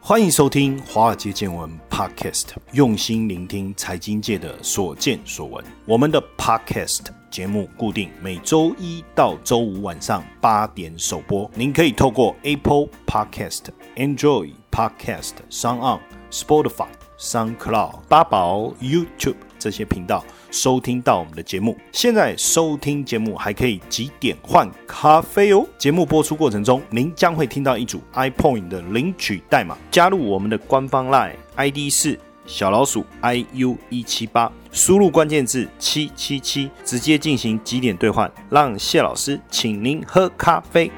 欢迎收听华尔街见闻 Podcast， 用心聆听财经界的所见所闻。我们的 Podcast 节目固定每周一到周五晚上8点首播，您可以透过 Apple Podcast、Android Podcast、SoundOn、Spotify、SoundCloud、八宝、YouTube 这些频道收听到我们的节目。现在收听节目还可以集点换咖啡哦。节目播出过程中，您将会听到一组 iPoint 的领取代码，加入我们的官方 LINE ID 是小老鼠 IU178， 输入关键字777，直接进行集点兑换，让谢老师请您喝咖啡。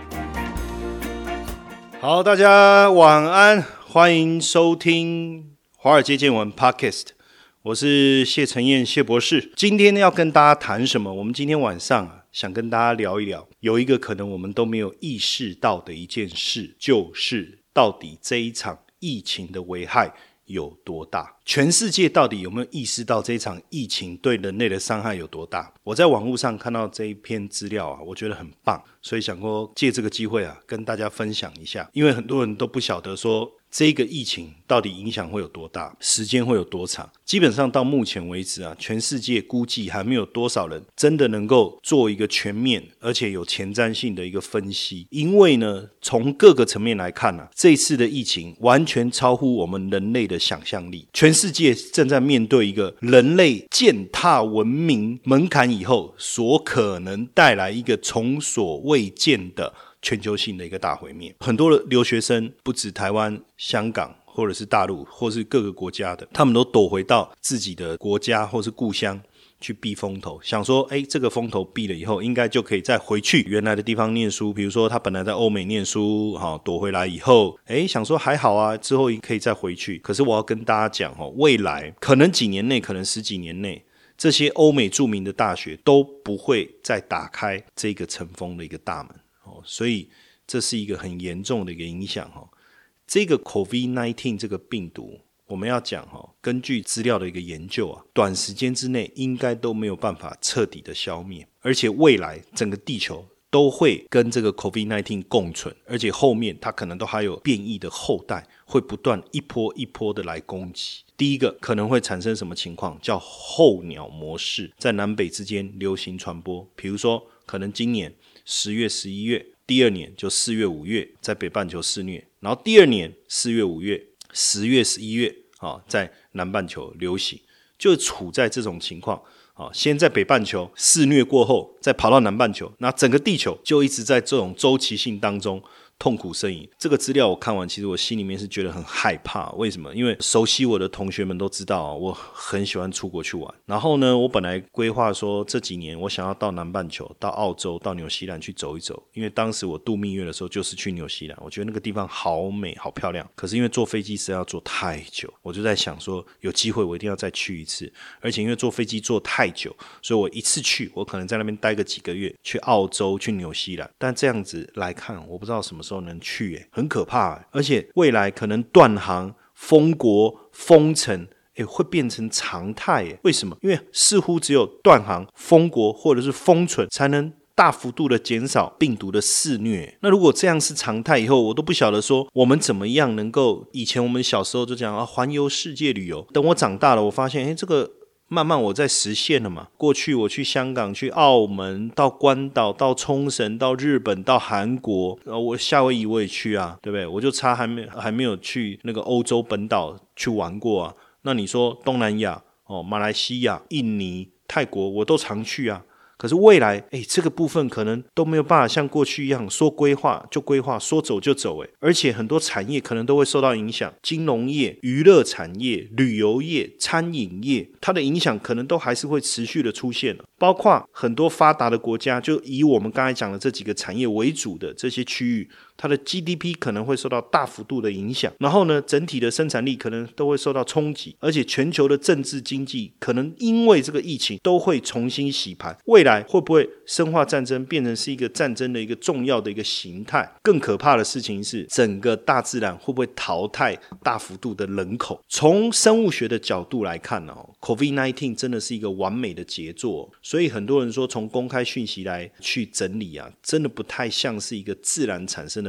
好，大家晚安，欢迎收听华尔街见闻 Podcast， 我是谢承彦谢博士。今天要跟大家谈什么？我们今天晚上想跟大家聊一聊，有一个可能我们都没有意识到的一件事，就是到底这一场疫情的危害有多大？全世界到底有没有意识到这一场疫情对人类的伤害有多大？我在网络上看到这一篇资料我觉得很棒，所以想说借这个机会跟大家分享一下。因为很多人都不晓得说这个疫情到底影响会有多大，时间会有多长。基本上到目前为止全世界估计还没有多少人真的能够做一个全面而且有前瞻性的一个分析。因为呢，从各个层面来看这次的疫情完全超乎我们人类的想象力。全世界正在面对一个人类践踏文明门槛以后所可能带来一个从所未见的全球性的一个大毁灭。很多的留学生，不止台湾、香港或者是大陆或是各个国家的，他们都躲回到自己的国家或是故乡去避风头，想说这个风头避了以后应该就可以再回去原来的地方念书。比如说他本来在欧美念书躲回来以后想说还好之后可以再回去。可是我要跟大家讲未来可能几年内，可能10几年内，这些欧美著名的大学都不会再打开这个尘封的一个大门。所以这是一个很严重的一个影响。这个 COVID-19 这个病毒，我们要讲根据资料的一个研究短时间之内应该都没有办法彻底的消灭，而且未来整个地球都会跟这个 COVID-19 共存，而且后面它可能都还有变异的后代会不断一波一波的来攻击。第一个可能会产生什么情况，叫候鸟模式，在南北之间流行传播。比如说可能今年10月11月，第二年就4月5月在北半球肆虐，然后第二年4月5月10月11月在南半球流行，就处在这种情况。先在北半球肆虐过后再跑到南半球，那整个地球就一直在这种周期性当中痛苦呻吟。这个资料我看完，其实我心里面是觉得很害怕。为什么？因为熟悉我的同学们都知道我很喜欢出国去玩。然后呢，我本来规划说这几年我想要到南半球，到澳洲，到纽西兰去走一走。因为当时我度蜜月的时候就是去纽西兰，我觉得那个地方好美好漂亮。可是因为坐飞机实在要坐太久，我就在想说有机会我一定要再去一次。而且因为坐飞机坐太久，所以我一次去我可能在那边待个几个月，去澳洲去纽西兰。但这样子来看，我不知道什么时候能去很可怕而且未来可能断航、封国、封城会变成常态为什么？因为似乎只有断航、封国或者是封存才能大幅度的减少病毒的肆虐。那如果这样是常态以后，我都不晓得说我们怎么样能够，以前我们小时候就讲环游世界旅游，等我长大了我发现这个慢慢我在实现了嘛。过去我去香港、去澳门、到关岛、到冲绳、到日本、到韩国，我夏威夷我也去对不对？我就差还没有去那个欧洲本岛去玩过那你说东南亚马来西亚、印尼、泰国我都常去可是未来这个部分可能都没有办法像过去一样说规划就规划，说走就走而且很多产业可能都会受到影响，金融业、娱乐产业、旅游业、餐饮业，它的影响可能都还是会持续的出现包括很多发达的国家，就以我们刚才讲的这几个产业为主的这些区域，它的 GDP 可能会受到大幅度的影响，然后呢，整体的生产力可能都会受到冲击，而且全球的政治经济可能因为这个疫情都会重新洗盘。未来会不会生化战争变成是一个战争的一个重要的一个形态？更可怕的事情是，整个大自然会不会淘汰大幅度的人口？从生物学的角度来看COVID-19 真的是一个完美的杰作，所以很多人说从公开讯息来去整理真的不太像是一个自然产生的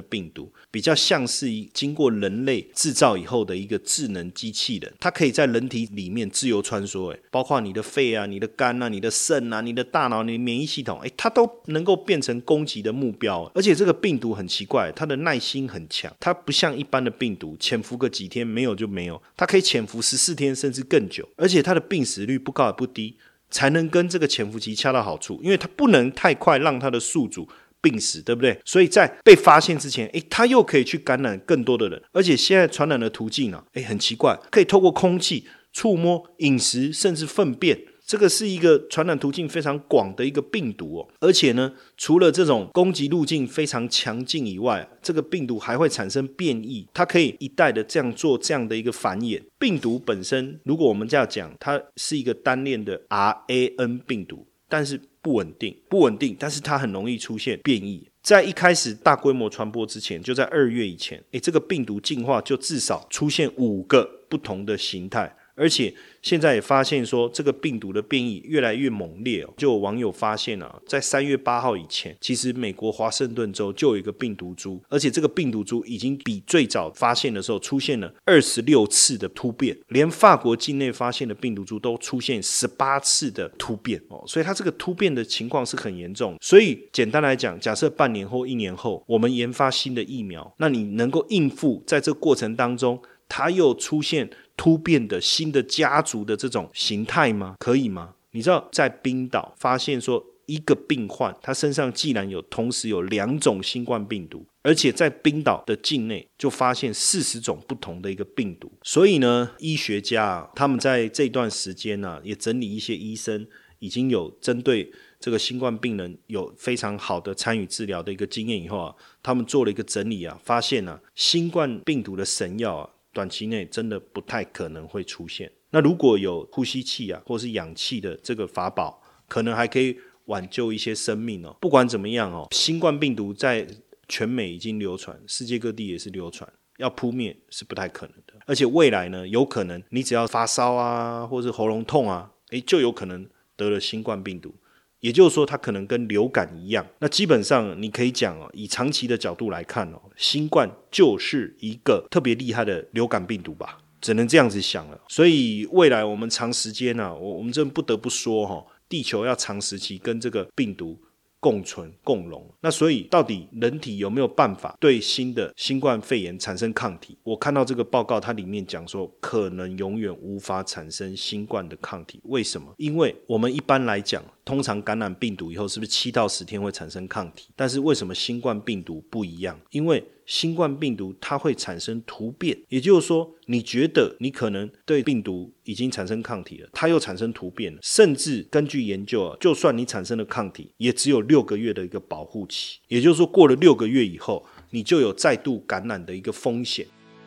的病毒，比较像是经过人类制造以后的一个智能机器人，它可以在人体里面自由穿梭，包括你的肺啊、你的肝啊、你的肾啊、你的大脑、你的免疫系统，它都能够变成攻击的目标。而且这个病毒很奇怪，它的耐心很强，它不像一般的病毒潜伏个几天没有就没有，它可以潜伏14天甚至更久，而且它的病死率不高也不低，才能跟这个潜伏期恰到好处，因为它不能太快让它的宿主病死，对不对？所以在被发现之前，它又可以去感染更多的人，而且现在传染的途径啊，很奇怪，可以透过空气、触摸、饮食，甚至粪便。这个是一个传染途径非常广的一个病毒而且呢，除了这种攻击路径非常强劲以外，这个病毒还会产生变异，它可以一代的这样做这样的一个繁衍。病毒本身，如果我们这样讲，它是一个单链的 RNA 病毒，但是不稳定，但是它很容易出现变异。在一开始大规模传播之前，就在2月以前，这个病毒进化就至少出现5个不同的形态。而且现在也发现说，这个病毒的变异越来越猛烈就有网友发现在3月8号以前，其实美国华盛顿州就有一个病毒株，而且这个病毒株已经比最早发现的时候出现了26次的突变，连法国境内发现的病毒株都出现18次的突变所以它这个突变的情况是很严重。所以简单来讲，假设半年后、1年后，我们研发新的疫苗，那你能够应付在这个过程当中它又出现突变的新的家族的这种形态吗？可以吗？你知道在冰岛发现说，一个病患他身上既然同时有2种新冠病毒，而且在冰岛的境内就发现40种不同的一个病毒。所以呢，医学家他们在这段时间也整理一些医生已经有针对这个新冠病人有非常好的参与治疗的一个经验以后他们做了一个整理发现新冠病毒的神药短期内真的不太可能会出现。那如果有呼吸器或是氧气的这个法宝，可能还可以挽救一些生命不管怎么样新冠病毒在全美已经流传，世界各地也是流传，要扑灭是不太可能的。而且未来呢，有可能你只要发烧或是喉咙痛就有可能得了新冠病毒。也就是说它可能跟流感一样。那基本上你可以讲以长期的角度来看新冠就是一个特别厉害的流感病毒吧，只能这样子想了。所以未来我们长时间我们真不得不说地球要长时期跟这个病毒共存共荣。那所以到底人体有没有办法对新的新冠肺炎产生抗体？我看到这个报告它里面讲说，可能永远无法产生新冠的抗体。为什么？因为我们一般来讲通常感染病毒以后是不是7到10天会产生抗体？但是为什么新冠病毒不一样？因为新冠病毒它会产生突变，也就是说你觉得你可能对病毒已经产生抗体了，它又产生突变了，甚至根据研究就算你产生了抗体，也只有6个月的一个保护期，也就是说过了6个月以后，你就有再度感染的一个风险。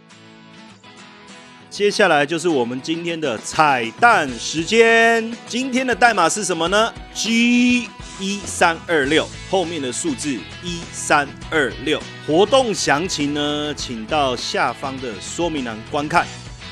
接下来就是我们今天的彩蛋时间，今天的代码是什么呢？ G1326 后面的数字1326，活动详情呢，请到下方的说明栏观看。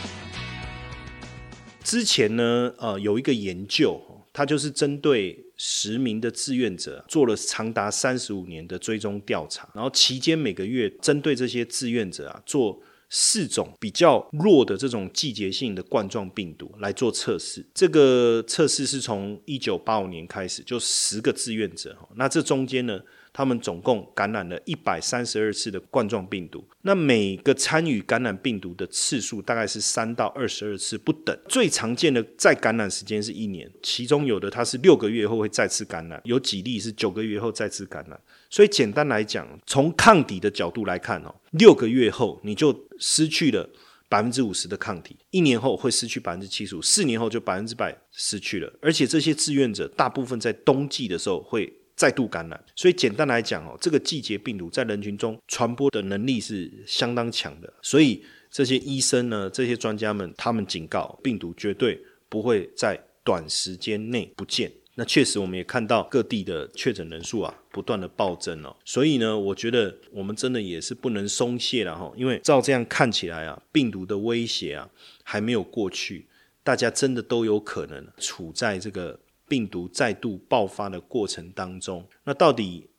之前呢，有一个研究，它就是针对10名的志愿者做了长达35年的追踪调查，然后期间每个月针对这些志愿者做4种比较弱的这种季节性的冠状病毒来做测试。这个测试是从1985年开始，就10个志愿者，那这中间呢，他们总共感染了132次的冠状病毒，那每个参与感染病毒的次数大概是3到22次不等，最常见的再感染时间是1年，其中有的它是6个月后会再次感染，有几例是9个月后再次感染。所以简单来讲，从抗体的角度来看6个月后你就失去了50%的抗体，1年后会失去75%，4年后就100%失去了。而且这些志愿者大部分在冬季的时候会再度感染。所以简单来讲这个季节病毒在人群中传播的能力是相当强的。所以这些医生呢，这些专家们，他们警告病毒绝对不会在短时间内不见。那确实我们也看到各地的确诊人数不断的暴增所以呢，我觉得我们真的也是不能松懈了因为照这样看起来病毒的威胁还没有过去，大家真的都有可能处在这个病毒再度爆发的过程当中。那到底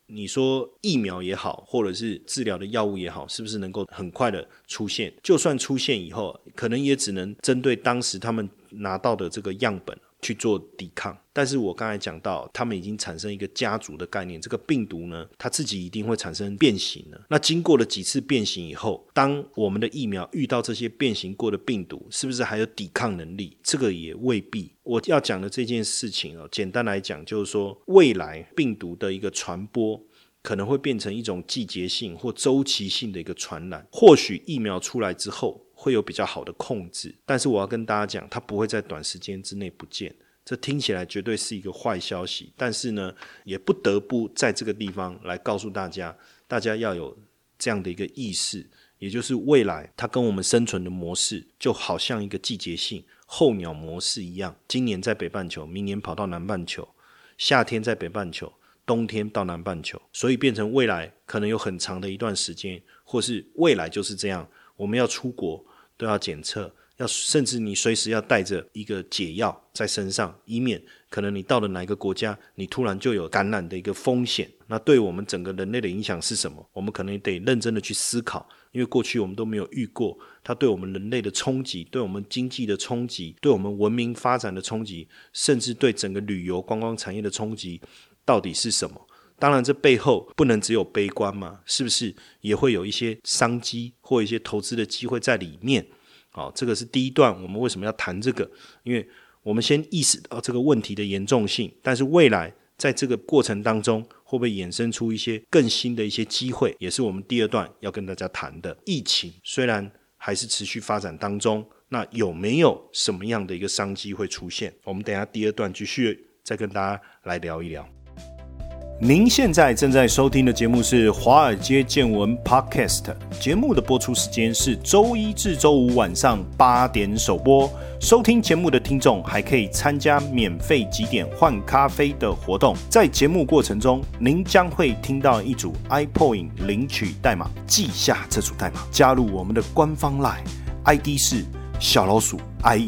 你说疫苗也好，或者是治疗的药物也好，是不是能够很快的出现？就算出现以后，可能也只能针对当时他们拿到的这个样本去做抵抗。但是我刚才讲到，他们已经产生一个家族的概念，这个病毒呢，它自己一定会产生变形了。那经过了几次变形以后，当我们的疫苗遇到这些变形过的病毒，是不是还有抵抗能力？这个也未必。我要讲的这件事情简单来讲就是说，未来病毒的一个传播可能会变成一种季节性或周期性的一个传染，或许疫苗出来之后会有比较好的控制，但是我要跟大家讲，它不会在短时间之内不见。这听起来绝对是一个坏消息，但是呢，也不得不在这个地方来告诉大家，大家要有这样的一个意识，也就是未来它跟我们生存的模式就好像一个季节性候鸟模式一样，今年在北半球，明年跑到南半球，夏天在北半球，冬天到南半球，所以变成未来可能有很长的一段时间，或是未来就是这样，我们要出国都要检测，甚至你随时要带着一个解药在身上，以免可能你到了哪一个国家，你突然就有感染的一个风险。那对我们整个人类的影响是什么？我们可能得认真的去思考，因为过去我们都没有遇过它对我们人类的冲击，对我们经济的冲击，对我们文明发展的冲击，甚至对整个旅游观光产业的冲击到底是什么？当然这背后不能只有悲观嘛，是不是也会有一些商机或一些投资的机会在里面？好，这个是第一段我们为什么要谈这个，因为我们先意识到这个问题的严重性，但是未来在这个过程当中会不会衍生出一些更新的一些机会，也是我们第二段要跟大家谈的。疫情虽然还是持续发展当中，那有没有什么样的一个商机会出现？我们等一下第二段继续再跟大家来聊一聊。您现在正在收听的节目是华尔街见闻 Podcast， 节目的播出时间是周一至周五晚上8点首播。收听节目的听众还可以参加免费集点换咖啡的活动，在节目过程中，您将会听到一组 iPoint 领取代码，记下这组代码，加入我们的官方 LINE， ID 是小老鼠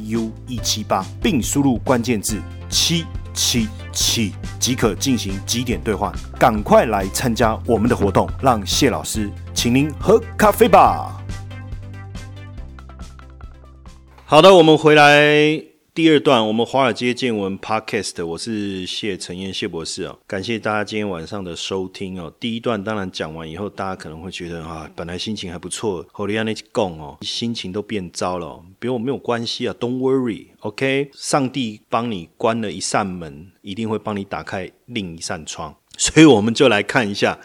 IU178， 并输入关键字777即可进行集点兑换，赶快来参加我们的活动，让谢老师请您喝咖啡吧。好的，我们回来第二段，我们华尔街见闻 Podcast， 我是谢承彦谢博士感谢大家今天晚上的收听第一段当然讲完以后，大家可能会觉得本来心情还不错，后来那讲心情都变糟了不用没有关系Don't worry OK， 上帝帮你关了一扇门，一定会帮你打开另一扇窗。所以我们就来看一下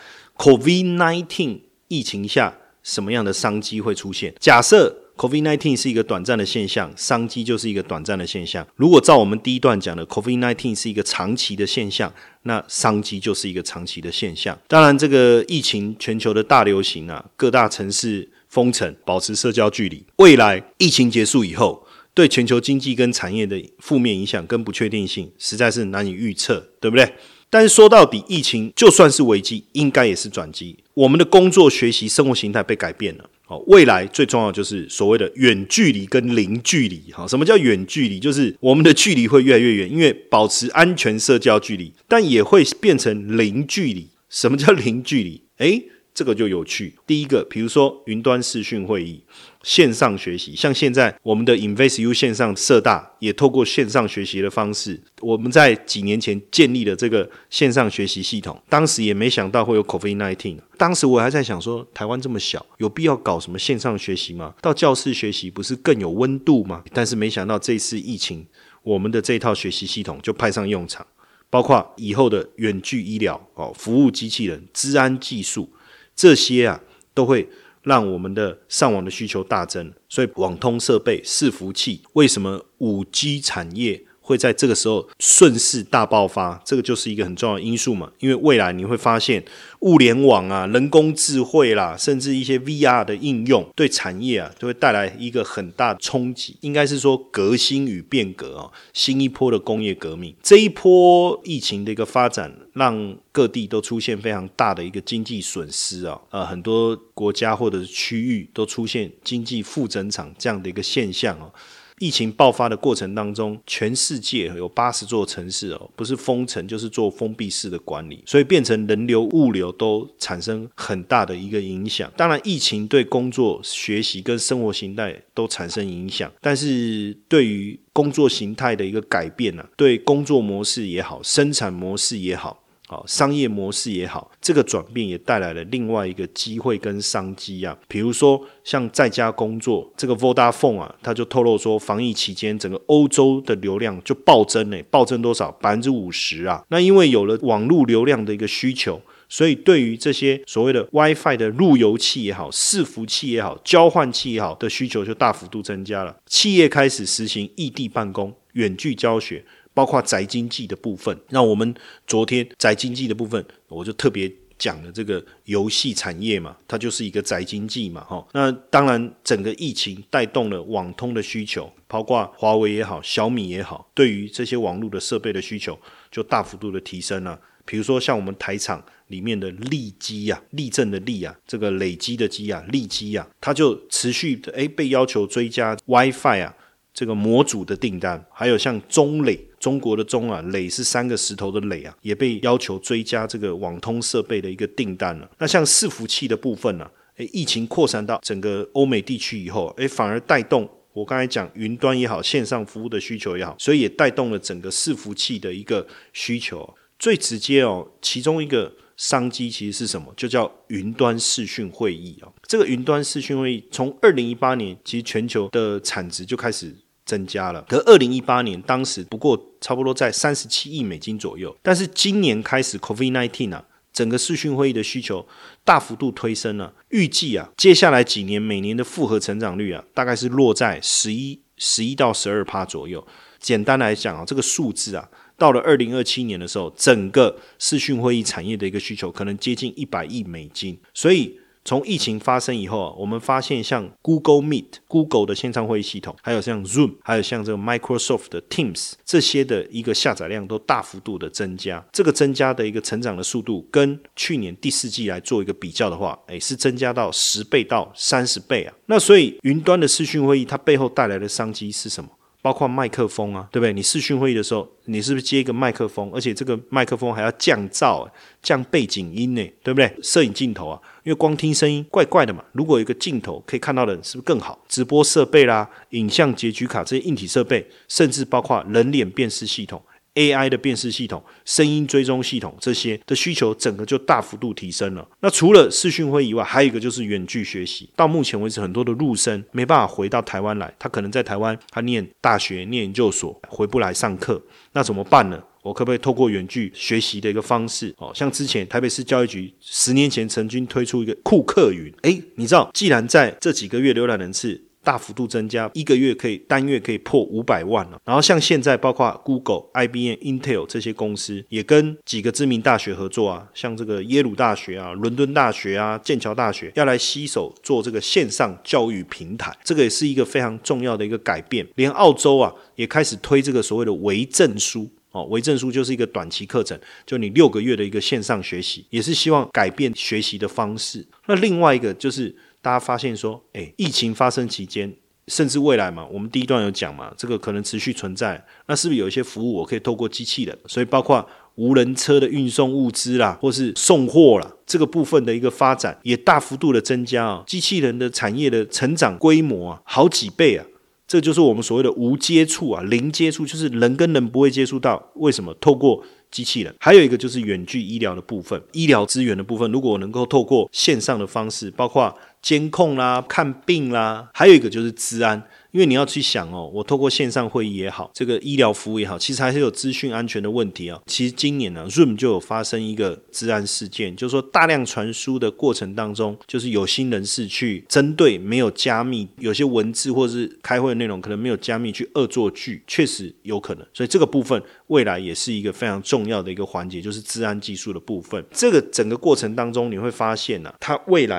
COVID-19 疫情下什么样的商机会出现。假设COVID-19 是一个短暂的现象，商机就是一个短暂的现象。如果照我们第一段讲的 COVID-19 是一个长期的现象，那商机就是一个长期的现象。当然这个疫情全球的大流行各大城市封城，保持社交距离，未来疫情结束以后对全球经济跟产业的负面影响跟不确定性实在是难以预测，对不对？但是说到底，疫情就算是危机，应该也是转机。我们的工作、学习、生活形态被改变了。未来最重要的就是所谓的远距离跟零距离。什么叫远距离？就是我们的距离会越来越远，因为保持安全社交距离，但也会变成零距离。什么叫零距离？这个就有趣。第一个，比如说云端视讯会议、线上学习，像现在我们的 InvestU 线上社大也透过线上学习的方式，我们在几年前建立了这个线上学习系统，当时也没想到会有 COVID-19。 当时我还在想说，台湾这么小，有必要搞什么线上学习吗？到教室学习不是更有温度吗？但是没想到这次疫情，我们的这套学习系统就派上用场，包括以后的远距医疗、服务机器人、资安技术，这些都会让我们的上网的需求大增。所以网通设备、伺服器，为什么 5G 产业会在这个时候顺势大爆发，这个就是一个很重要的因素嘛。因为未来你会发现物联网人工智慧啦，甚至一些 VR 的应用，对产业都会带来一个很大的冲击，应该是说革新与变革新一波的工业革命。这一波疫情的一个发展，让各地都出现非常大的一个经济损失很多国家或者是区域都出现经济负增长这样的一个现象疫情爆发的过程当中，全世界有80座城市不是封城就是做封闭式的管理，所以变成人流物流都产生很大的一个影响。当然疫情对工作学习跟生活形态都产生影响，但是对于工作形态的一个改变对工作模式也好，生产模式也好，商业模式也好，这个转变也带来了另外一个机会跟商机比如说像在家工作，这个 Vodafone 他就透露说，防疫期间整个欧洲的流量就暴增暴增多少？50%那因为有了网络流量的一个需求，所以对于这些所谓的 WiFi 的路由器也好，伺服器也好，交换器也好的需求就大幅度增加了。企业开始实行异地办公、远距教学，包括宅经济的部分。那我们昨天宅经济的部分，我就特别讲了这个游戏产业嘛，它就是一个宅经济嘛。那当然整个疫情带动了网通的需求，包括华为也好，小米也好，对于这些网络的设备的需求就大幅度的提升了。比如说像我们台厂里面的力基力正的力这个累积的积力基它就持续的被要求追加 WiFi 这个模组的订单，还有像中磊，中国的中磊是3个石头的磊也被要求追加这个网通设备的一个订单了。那像伺服器的部分疫情扩散到整个欧美地区以后反而带动我刚才讲云端也好，线上服务的需求也好，所以也带动了整个伺服器的一个需求。最直接其中一个商机其实是什么？就叫云端视讯会议这个云端视讯会议从2018年其实全球的产值就开始增加了，可是2018年当时不过差不多在37亿美金左右，但是今年开始 COVID-19 整个视讯会议的需求大幅度推升了，预计接下来几年每年的复合成长率大概是落在11到12% 左右。简单来讲这个数字到了2027年的时候，整个视讯会议产业的一个需求可能接近100亿美金。所以从疫情发生以后我们发现像 Google Meet、Google 的线上会议系统，还有像 Zoom， 还有像这个 Microsoft 的 Teams， 这些的一个下载量都大幅度的增加。这个增加的一个成长的速度跟去年第4季来做一个比较的话是增加到10倍到30倍那所以云端的视讯会议它背后带来的商机是什么？包括麦克风对不对？你视讯会议的时候，你是不是接一个麦克风，而且这个麦克风还要降噪降背景音对不对？摄影镜头因为光听声音怪怪的嘛，如果有一个镜头可以看到的人是不是更好？直播设备啦、影像截取卡这些硬体设备，甚至包括人脸辨识系统、AI 的辨识系统、声音追踪系统，这些的需求整个就大幅度提升了。那除了视讯会以外，还有一个就是远距学习。到目前为止，很多的陆生没办法回到台湾来，他可能在台湾他念大学、念研究所，回不来上课，那怎么办呢？我可不可以透过远距学习的一个方式像之前台北市教育局10年前曾经推出一个酷课云你知道既然在这几个月浏览人次大幅度增加，单月可以破500万然后像现在包括 Google、IBM、Intel 这些公司也跟几个知名大学合作像这个耶鲁大学伦敦大学剑桥大学要来携手做这个线上教育平台，这个也是一个非常重要的一个改变。连澳洲也开始推这个所谓的微证书微证书就是一个短期课程，就你6个月的一个线上学习，也是希望改变学习的方式。那另外一个就是大家发现说疫情发生期间，甚至未来嘛，我们第一段有讲嘛，这个可能持续存在，那是不是有一些服务我可以透过机器人？所以包括无人车的运送物资啦，或是送货啦，这个部分的一个发展也大幅度的增加机器人的产业的成长规模好几倍这就是我们所谓的无接触零接触，就是人跟人不会接触到。为什么？透过机器人。还有一个就是远距医疗的部分，医疗资源的部分，如果我能够透过线上的方式，包括监控啦、看病啦，还有一个就是资安。因为你要去想我透过线上会议也好，这个医疗服务也好，其实还是有资讯安全的问题其实今年Zoom 就有发生一个资安事件，就是说大量传输的过程当中，就是有心人士去针对没有加密，有些文字或是开会的内容可能没有加密去恶作剧，确实有可能。所以这个部分未来也是一个非常重要的一个环节，就是资安技术的部分。这个整个过程当中你会发现它未来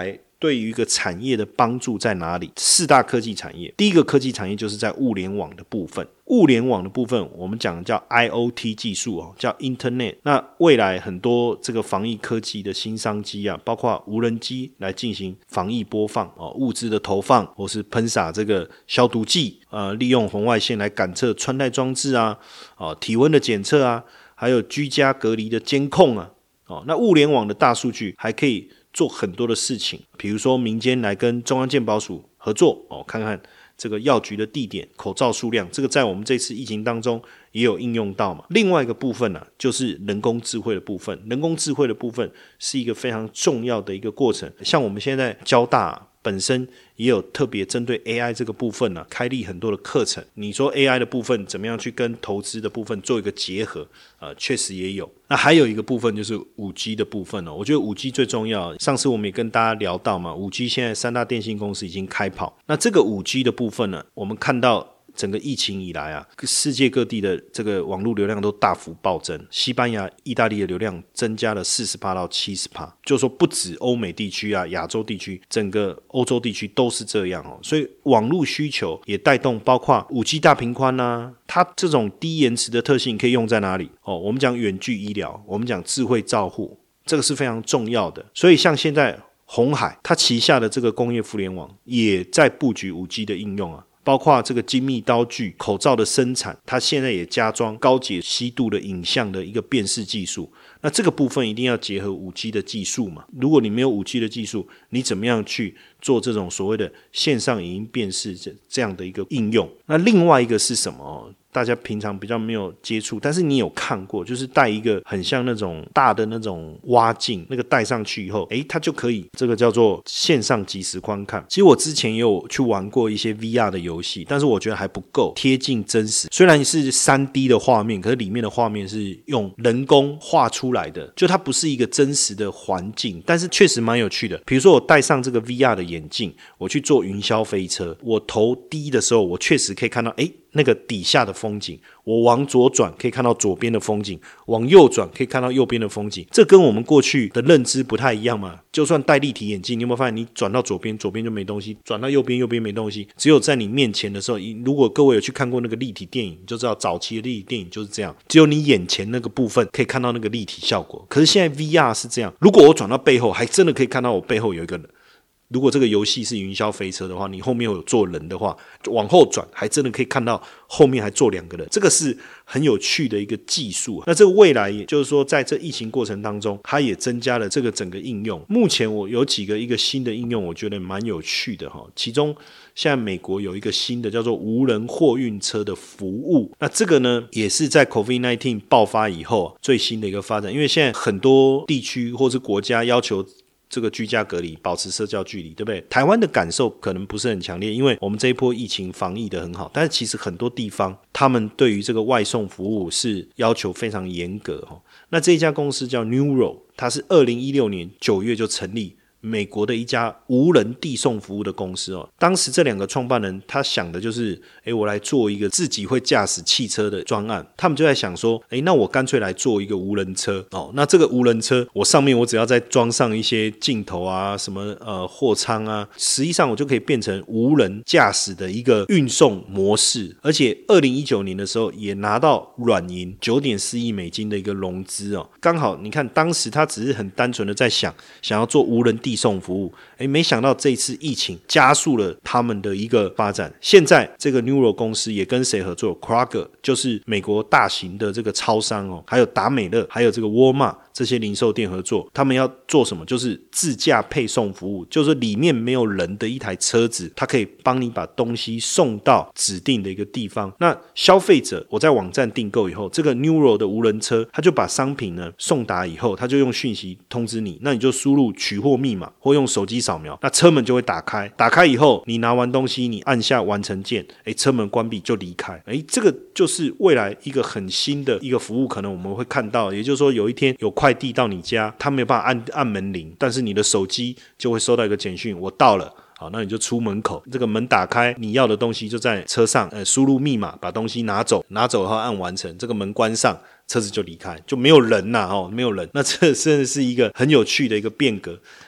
对于一个产业的帮助在哪里？四大科技产业，第一个科技产业就是在物联网的部分。物联网的部分我们讲叫 IoT 技术叫 Internet。 那未来很多这个防疫科技的新商机包括无人机来进行防疫播放物资的投放，或是喷洒这个消毒剂利用红外线来感测穿戴装置体温的检测还有居家隔离的监控那物联网的大数据还可以做很多的事情，比如说民间来跟中央健保署合作看看这个药局的地点、口罩数量，这个在我们这次疫情当中也有应用到嘛。另外一个部分就是人工智慧的部分。人工智慧的部分是一个非常重要的一个过程，像我们现在交大本身也有特别针对 AI 这个部分开立很多的课程。你说 AI 的部分怎么样去跟投资的部分做一个结合确实也有。那还有一个部分就是 5G 的部分我觉得 5G 最重要。上次我们也跟大家聊到嘛， 5G 现在三大电信公司已经开跑。那这个 5G 的部分我们看到整个疫情以来世界各地的这个网络流量都大幅暴增，西班牙、意大利的流量增加了 40% 到 70%， 就是说不止欧美地区亚洲地区，整个欧洲地区都是这样所以网络需求也带动包括 5G 大频宽它这种低延迟的特性可以用在哪里我们讲远距医疗，我们讲智慧照护，这个是非常重要的。所以像现在鸿海它旗下的这个工业互联网也在布局 5G 的应用包括这个精密刀具、口罩的生产，它现在也加装高解析度的影像的一个辨识技术。那这个部分一定要结合 5G 的技术嘛？如果你没有 5G 的技术，你怎么样去做这种所谓的线上影音辨识这样的一个应用？那另外一个是什么大家平常比较没有接触，但是你有看过，就是带一个很像那种大的那种蛙镜，那个带上去以后它就可以，这个叫做线上即时观看。其实我之前也有去玩过一些 VR 的游戏，但是我觉得还不够贴近真实。虽然是 3D 的画面，可是里面的画面是用人工画出来的，就它不是一个真实的环境，但是确实蛮有趣的。比如说我戴上这个 VR 的眼镜，我去坐云霄飞车，我头低的时候我确实可以看到那个底下的风景，我往左转可以看到左边的风景，往右转可以看到右边的风景。这跟我们过去的认知不太一样嘛。就算戴立体眼镜，你有没有发现你转到左边，左边就没东西，转到右边，右边没东西，只有在你面前的时候，如果各位有去看过那个立体电影，你就知道早期的立体电影就是这样，只有你眼前那个部分可以看到那个立体效果。可是现在 VR 是这样，如果我转到背后，还真的可以看到我背后有一个人。如果这个游戏是云霄飞车的话，你后面有坐人的话，往后转还真的可以看到后面还坐2个人，这个是很有趣的一个技术。那这个未来也就是说在这疫情过程当中，它也增加了这个整个应用。目前我有几个一个新的应用我觉得蛮有趣的其中现在美国有一个新的叫做无人货运车的服务，那这个呢也是在 COVID-19 爆发以后最新的一个发展。因为现在很多地区或是国家要求这个居家隔离，保持社交距离，对不对？台湾的感受可能不是很强烈，因为我们这一波疫情防疫的很好，但是其实很多地方他们对于这个外送服务是要求非常严格那这一家公司叫 Nuro， 它是2016年9月就成立，美国的一家无人递送服务的公司当时这2个创办人他想的就是我来做一个自己会驾驶汽车的专案。他们就在想说那我干脆来做一个无人车那这个无人车我上面我只要再装上一些镜头什么货仓实际上我就可以变成无人驾驶的一个运送模式。而且2019年的时候也拿到软银 9.4 亿美金的一个融资刚好你看当时他只是很单纯的在想要做无人递送服务没想到这一次疫情加速了他们的一个发展。现在这个 Nuro 公司也跟谁合作？ Kroger 就是美国大型的这个超商还有达美乐还有这个沃尔玛这些零售店合作。他们要做什么？就是自驾配送服务，就是里面没有人的一台车子，它可以帮你把东西送到指定的一个地方。那消费者我在网站订购以后，这个 Nuro 的无人车它就把商品呢送达以后，它就用讯息通知你，那你就输入取货密码或用手机扫描，那车门就会打开。打开以后你拿完东西，你按下完成键，车门关闭就离开。这个就是未来一个很新的一个服务，可能我们会看到。也就是说有一天有快递到你家，它没有办法按门铃，但是你的手机就会收到一个简讯，我到了。好，那你就出门口，这个门打开，你要的东西就在车上，输入密码把东西拿走以后按完成，这个门关上，车子就离开，就没有人没有人。那这真的是一个很有趣的一个变革。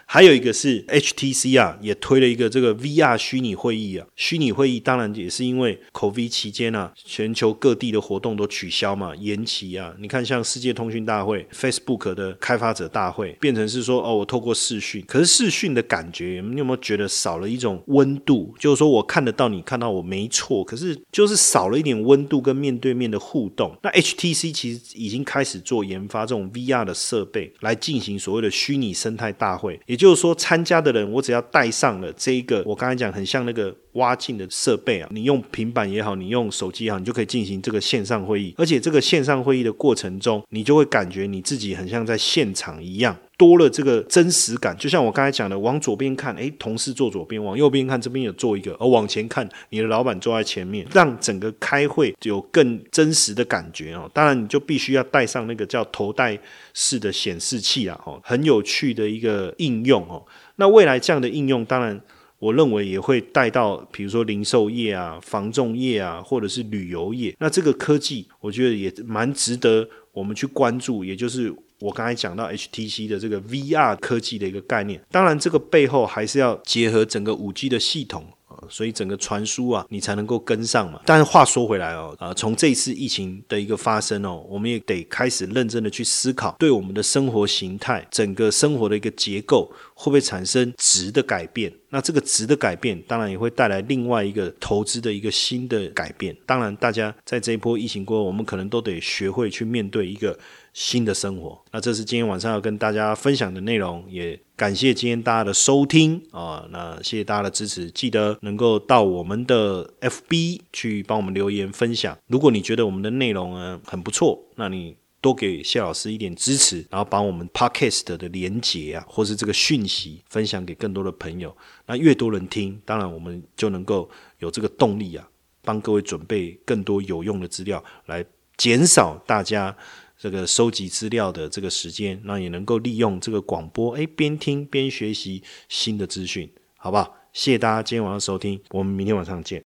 还有一个是 HTC 啊，也推了一个这个 VR 虚拟会议啊。虚拟会议当然也是因为 COVID 期间啊，全球各地的活动都取消嘛，延期啊。你看像世界通讯大会 Facebook 的开发者大会变成是说我透过视讯，可是视讯的感觉你有没有觉得少了一种温度？就是说我看得到你看到我没错，可是就是少了一点温度跟面对面的互动。那 HTC 其实已经开始做研发这种 VR 的设备来进行所谓的虚拟生态大会，也就是说参加的人我只要带上了这一个我刚才讲很像那个挖镜的设备啊，你用平板也好，你用手机也好，你就可以进行这个线上会议。而且这个线上会议的过程中，你就会感觉你自己很像在现场一样，多了这个真实感。就像我刚才讲的，往左边看同事坐左边，往右边看这边有坐一个，而往前看你的老板坐在前面，让整个开会有更真实的感觉当然你就必须要带上那个叫头戴式的显示器很有趣的一个应用那未来这样的应用当然我认为也会带到比如说零售业啊、房仲业啊，或者是旅游业。那这个科技我觉得也蛮值得我们去关注，也就是我刚才讲到 HTC 的这个 VR 科技的一个概念。当然这个背后还是要结合整个 5G 的系统，所以整个传输啊你才能够跟上嘛。但是话说回来从这一次疫情的一个发生我们也得开始认真的去思考，对我们的生活形态、整个生活的一个结构会不会产生质的改变。那这个质的改变当然也会带来另外一个投资的一个新的改变。当然大家在这一波疫情过后，我们可能都得学会去面对一个新的生活。那这是今天晚上要跟大家分享的内容，也感谢今天大家的收听那谢谢大家的支持，记得能够到我们的 FB 去帮我们留言分享。如果你觉得我们的内容很不错，那你多给谢老师一点支持，然后把我们 Podcast 的连结啊，或是这个讯息分享给更多的朋友。那越多人听，当然我们就能够有这个动力啊，帮各位准备更多有用的资料，来减少大家这个收集资料的这个时间，那也能够利用这个广播边听边学习新的资讯，好不好？谢谢大家今天晚上收听，我们明天晚上见。